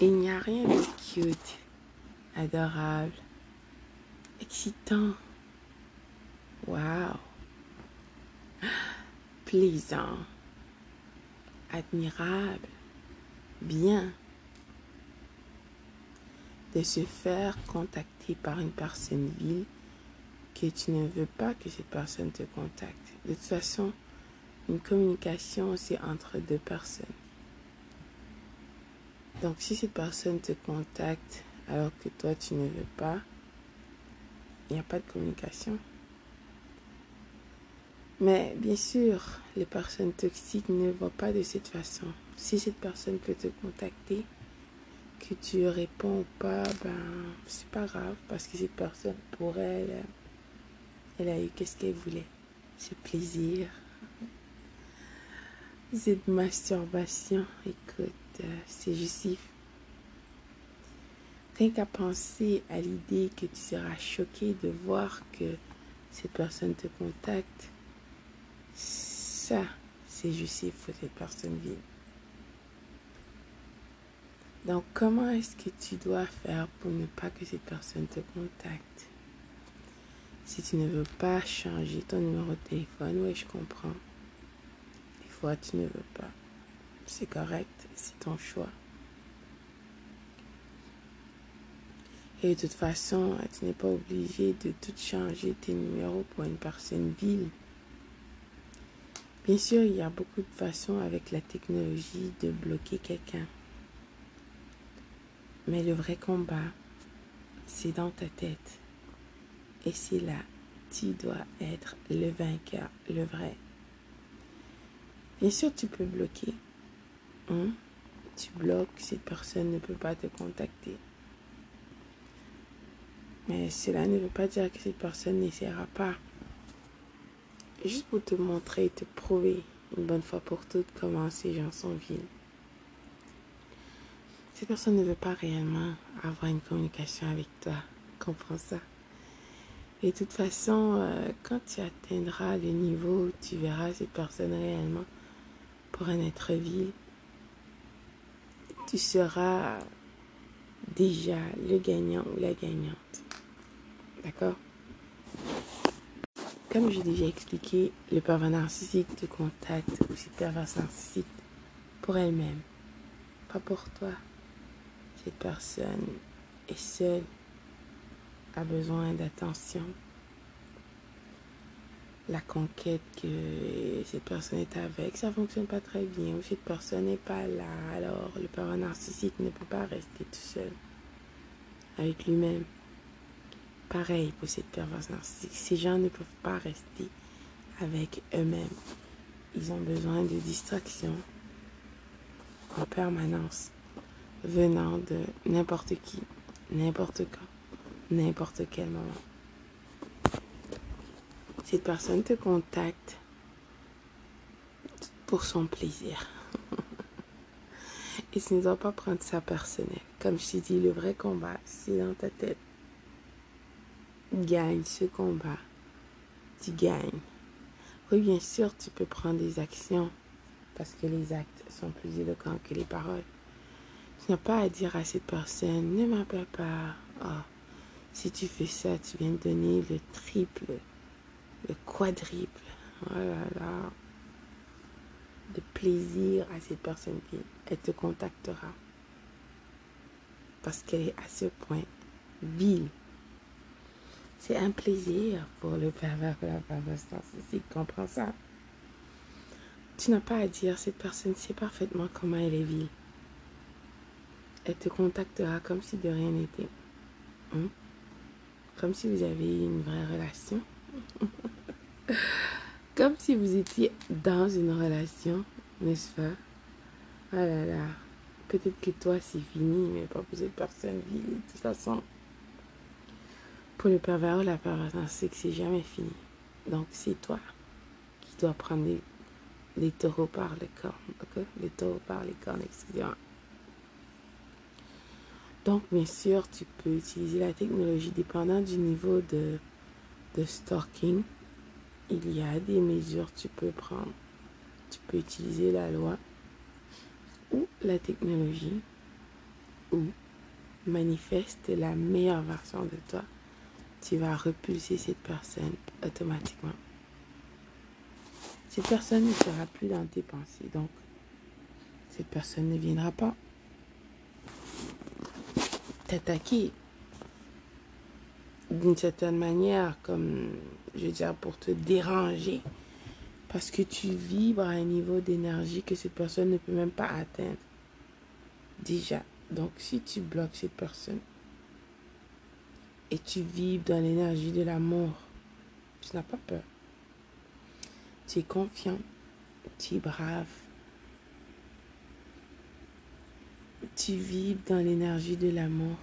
Il n'y a rien de cute, adorable, excitant, wow, plaisant, admirable, bien, de se faire contacter par une personne vile que tu ne veux pas que cette personne te contacte. De toute façon, une communication, c'est entre deux personnes. Donc, si cette personne te contacte alors que toi, tu ne veux pas, il n'y a pas de communication. Mais bien sûr, les personnes toxiques ne vont pas de cette façon. Si cette personne peut te contacter, que tu réponds ou pas, c'est pas grave. Parce que cette personne, pour elle, elle a eu qu'est-ce qu'elle voulait. Ce plaisir, cette masturbation. Écoute, c'est justif. Rien qu'à penser à l'idée que tu seras choqué de voir que cette personne te contacte, ça, c'est justif pour cette personne vile. Donc, comment est-ce que tu dois faire pour ne pas que cette personne te contacte? Si tu ne veux pas changer ton numéro de téléphone, oui, je comprends. Des fois, tu ne veux pas. C'est correct, c'est ton choix. Et de toute façon, tu n'es pas obligé de tout changer tes numéros pour une personne vile. Bien sûr, il y a beaucoup de façons avec la technologie de bloquer quelqu'un. Mais le vrai combat, c'est dans ta tête. Et c'est là, tu dois être le vainqueur, le vrai. Bien sûr, tu peux bloquer. Tu bloques, cette personne ne peut pas te contacter. Mais cela ne veut pas dire que cette personne n'essaiera pas. Juste pour te montrer, te prouver une bonne fois pour toutes comment ces gens sont vils. Cette personne ne veut pas réellement avoir une communication avec toi. Comprends ça? Et de toute façon, quand tu atteindras le niveau où tu verras cette personne réellement pour un être vil, tu seras déjà le gagnant ou la gagnante. D'accord? Comme j'ai déjà expliqué, le pervers narcissique te contacte ou cette perverse narcissique pour elle-même, pas pour toi. Cette personne est seule, a besoin d'attention. La conquête que cette personne est avec, ça ne fonctionne pas très bien. Ou cette personne n'est pas là, alors le pervers narcissique ne peut pas rester tout seul avec lui-même. Pareil pour cette perverse narcissique. Ces gens ne peuvent pas rester avec eux-mêmes. Ils ont besoin de distraction en permanence, venant de n'importe qui, n'importe quand, n'importe quel moment. Cette personne te contacte pour son plaisir. Et tu ne dois pas prendre ça personnel. Comme je t'ai dit, le vrai combat, c'est dans ta tête. Gagne ce combat. Tu gagnes. Oui, bien sûr, tu peux prendre des actions parce que les actes sont plus éloquents que les paroles. Tu n'as pas à dire à cette personne, ne m'appelle pas. Oh, si tu fais ça, tu viens de donner le triple, le quadruple. Oh là là. De plaisir à cette personne qui elle te contactera. Parce qu'elle est à ce point vile. C'est un plaisir pour le pervers ou la perverse narcissique. Comprends ça? Tu n'as pas à dire, cette personne sait parfaitement comment elle est vile. Elle te contactera comme si de rien n'était. Comme si vous aviez une vraie relation. Comme si vous étiez dans une relation, n'est-ce pas? Ah là là. Peut-être que toi, c'est fini, mais pas pour cette personne vile. De toute façon, pour le pervers ou la perverse narcissique, c'est jamais fini. Donc, c'est toi qui dois prendre les taureaux par les cornes. Okay? Les taureaux par les cornes, excusez-moi. Donc, bien sûr, tu peux utiliser la technologie dépendant du niveau de stalking. Il y a des mesures que tu peux prendre. Tu peux utiliser la loi ou la technologie ou manifeste la meilleure version de toi, tu vas repulser cette personne automatiquement. Cette personne ne sera plus dans tes pensées, donc cette personne ne viendra pas t'attaquer d'une certaine manière, comme je veux dire, pour te déranger, parce que tu vibres à un niveau d'énergie que cette personne ne peut même pas atteindre. Déjà, donc si tu bloques cette personne et tu vibres dans l'énergie de l'amour, tu n'as pas peur. Tu es confiant, tu es brave, tu vibres dans l'énergie de l'amour.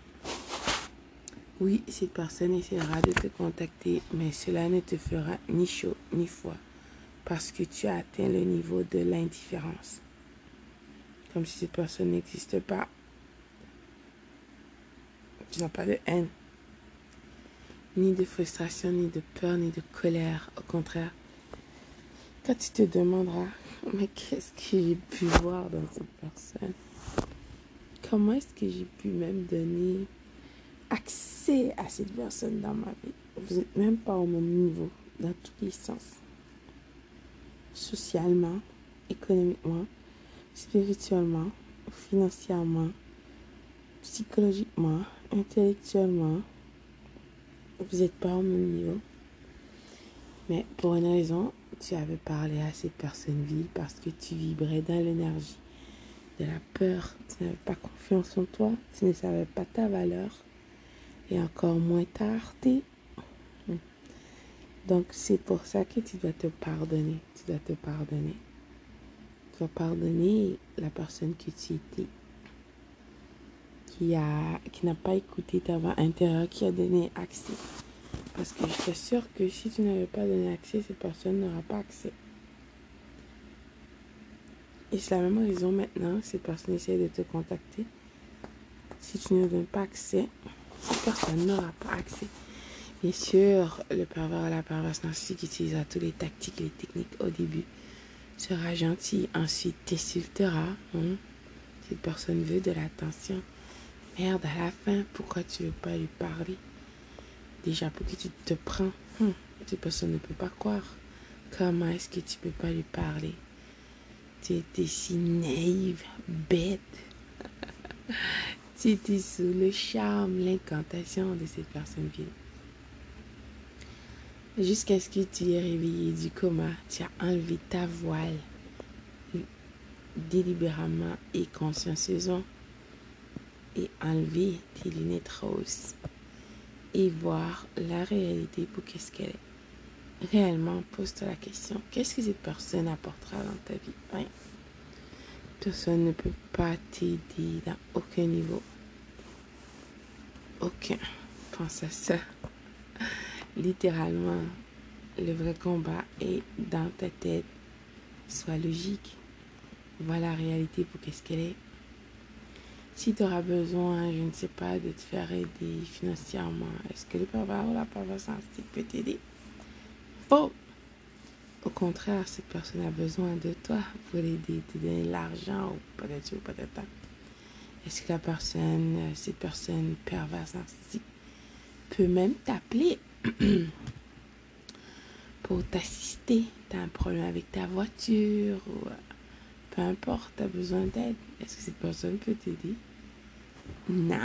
Oui, cette personne essaiera de te contacter, mais cela ne te fera ni chaud ni froid, parce que tu as atteint le niveau de l'indifférence. Comme si cette personne n'existe pas. Tu n'as pas de haine, ni de frustration, ni de peur, ni de colère. Au contraire, quand tu te demanderas, mais qu'est-ce que j'ai pu voir dans cette personne? Comment est-ce que j'ai pu même donner accès à cette personne dans ma vie? Vous n'êtes même pas au même niveau, dans tous les sens. Socialement, économiquement, spirituellement, financièrement, psychologiquement, intellectuellement. Vous n'êtes pas au même niveau. Mais pour une raison, tu avais parlé à cette personne vive parce que tu vibrais dans l'énergie de la peur. Tu n'avais pas confiance en toi. Tu ne savais pas ta valeur. Et encore moins ta rareté. Donc c'est pour ça que tu dois te pardonner. Tu dois te pardonner. Tu dois pardonner la personne que tu étais. Qui n'a pas écouté ta voix intérieure, qui a donné accès. Parce que je t'assure que si tu n'avais pas donné accès, cette personne n'aura pas accès. Et c'est la même raison maintenant, cette personne essaie de te contacter. Si tu ne donnes pas accès, cette personne n'aura pas accès. Bien sûr, le pervers ou la perverse narcissique utilisera toutes les tactiques et les techniques au début. Sera gentil, ensuite t'insultera. Cette personne veut de l'attention. Merde, à la fin, pourquoi tu ne veux pas lui parler? Déjà, pour que tu te prends, cette personne ne peut pas croire. Comment est-ce que tu ne peux pas lui parler? Tu étais si naïve, bête. Tu étais sous le charme, l'incantation de cette personne vive. Jusqu'à ce que tu es réveillé du coma, tu as enlevé ta voile délibérément et consciencieusement et enlevé tes lunettes roses et voir la réalité pour qu'est-ce qu'elle est. Réellement, pose-toi la question, qu'est-ce que cette personne apportera dans ta vie? Rien. Personne ne peut pas t'aider dans aucun niveau. Aucun. Pense à ça. Littéralement, le vrai combat est dans ta tête. Sois logique. Vois la réalité pour qu'est-ce qu'elle est. Si tu auras besoin, je ne sais pas, de te faire aider financièrement, est-ce que le pervers ou la perverse narcissique peut t'aider? Faux! Au contraire, cette personne a besoin de toi pour l'aider, te donner l'argent ou peut-être ou peut-être pas. Est-ce que cette personne perverse narcissique peut même t'appeler pour t'assister? Tu as un problème avec ta voiture ou peu importe, tu as besoin d'aide. Est-ce que cette personne peut t'aider? Non.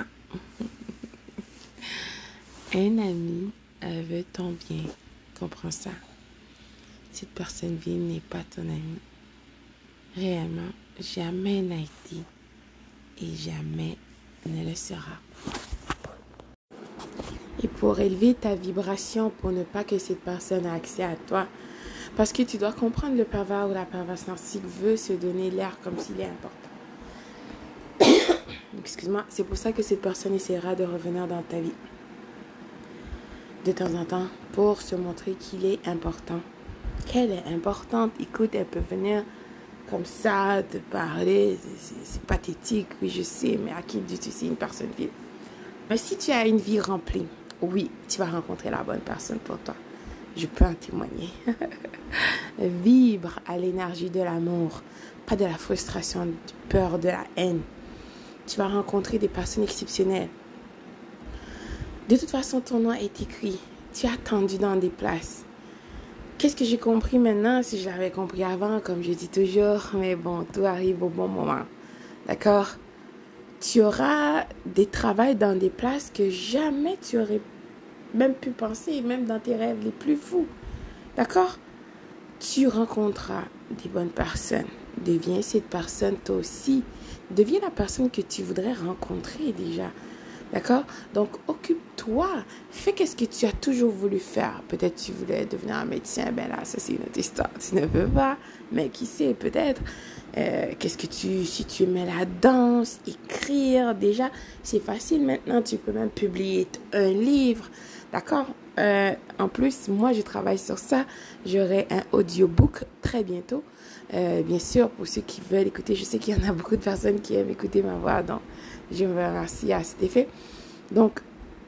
Un ami veut ton bien. Comprends ça. Cette personne vive n'est pas ton ami. Réellement, jamais n'a été et jamais ne le sera. Et pour élever ta vibration, pour ne pas que cette personne ait accès à toi, parce que tu dois comprendre, le pervers ou la perverse narcissique veut se donner l'air comme s'il est important. Excuse-moi, c'est pour ça que cette personne essaiera de revenir dans ta vie de temps en temps pour se montrer qu'il est important, qu'elle est importante. Écoute, elle peut venir comme ça te parler, c'est pathétique, oui je sais, mais à qui dis-tu c'est une personne vive? Mais si tu as une vie remplie, oui, tu vas rencontrer la bonne personne pour toi. Je peux en témoigner. Vibre à l'énergie de l'amour, pas de la frustration, du peur, de la haine. tu vas rencontrer des personnes exceptionnelles. De toute façon, ton nom est écrit. Tu es attendu dans des places. Qu'est-ce que j'ai compris maintenant? Si je l'avais compris avant, comme je dis toujours, mais bon, tout arrive au bon moment. D'accord? Tu auras des travails dans des places que jamais tu aurais même pu penser, même dans tes rêves les plus fous. D'accord? Tu rencontreras des bonnes personnes. Deviens cette personne toi aussi. Deviens la personne que tu voudrais rencontrer déjà. D'accord? Donc, occupe-toi. Fais qu'est-ce que tu as toujours voulu faire. Peut-être tu voulais devenir un médecin. Ben là, ça c'est une autre histoire. Tu ne veux pas. Mais qui sait, peut-être. Si tu aimais la danse, écrire, déjà, c'est facile maintenant. Tu peux même publier un livre. D'accord? En plus, moi, je travaille sur ça. J'aurai un audiobook très bientôt. Bien sûr, pour ceux qui veulent écouter, je sais qu'il y en a beaucoup de personnes qui aiment écouter ma voix. Donc, je me remercie à cet effet. Donc,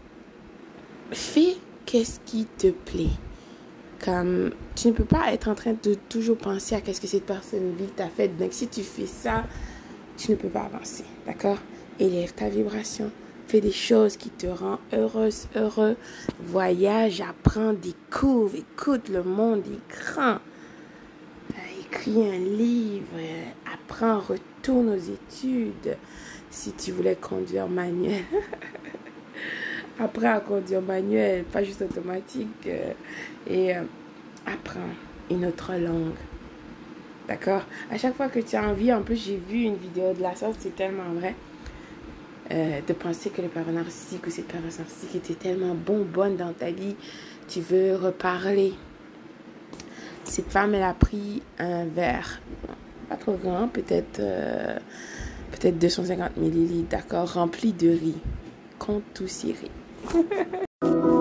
fais qu'est-ce qui te plaît. Comme tu ne peux pas être en train de toujours penser à qu'est-ce que cette personne vit t'a fait. Donc, si tu fais ça, tu ne peux pas avancer. D'accord? Élève ta vibration. Fais des choses qui te rendent heureuse, heureux. Voyage, apprends, découvre, écoute, le monde est grand. Écris un livre, apprends, retourne aux études. Si tu voulais conduire manuel, apprends à conduire manuel, pas juste automatique. Et apprends une autre langue. D'accord? À chaque fois que tu as envie, en plus j'ai vu une vidéo de la sorte, c'est tellement vrai. De penser que le pervers narcissique ou cette perverse narcissique était tellement bonne dans ta vie, tu veux reparler. Cette femme, elle a pris un verre, pas trop grand, peut-être 250 millilitres, d'accord, rempli de riz. Compte tous ces riz.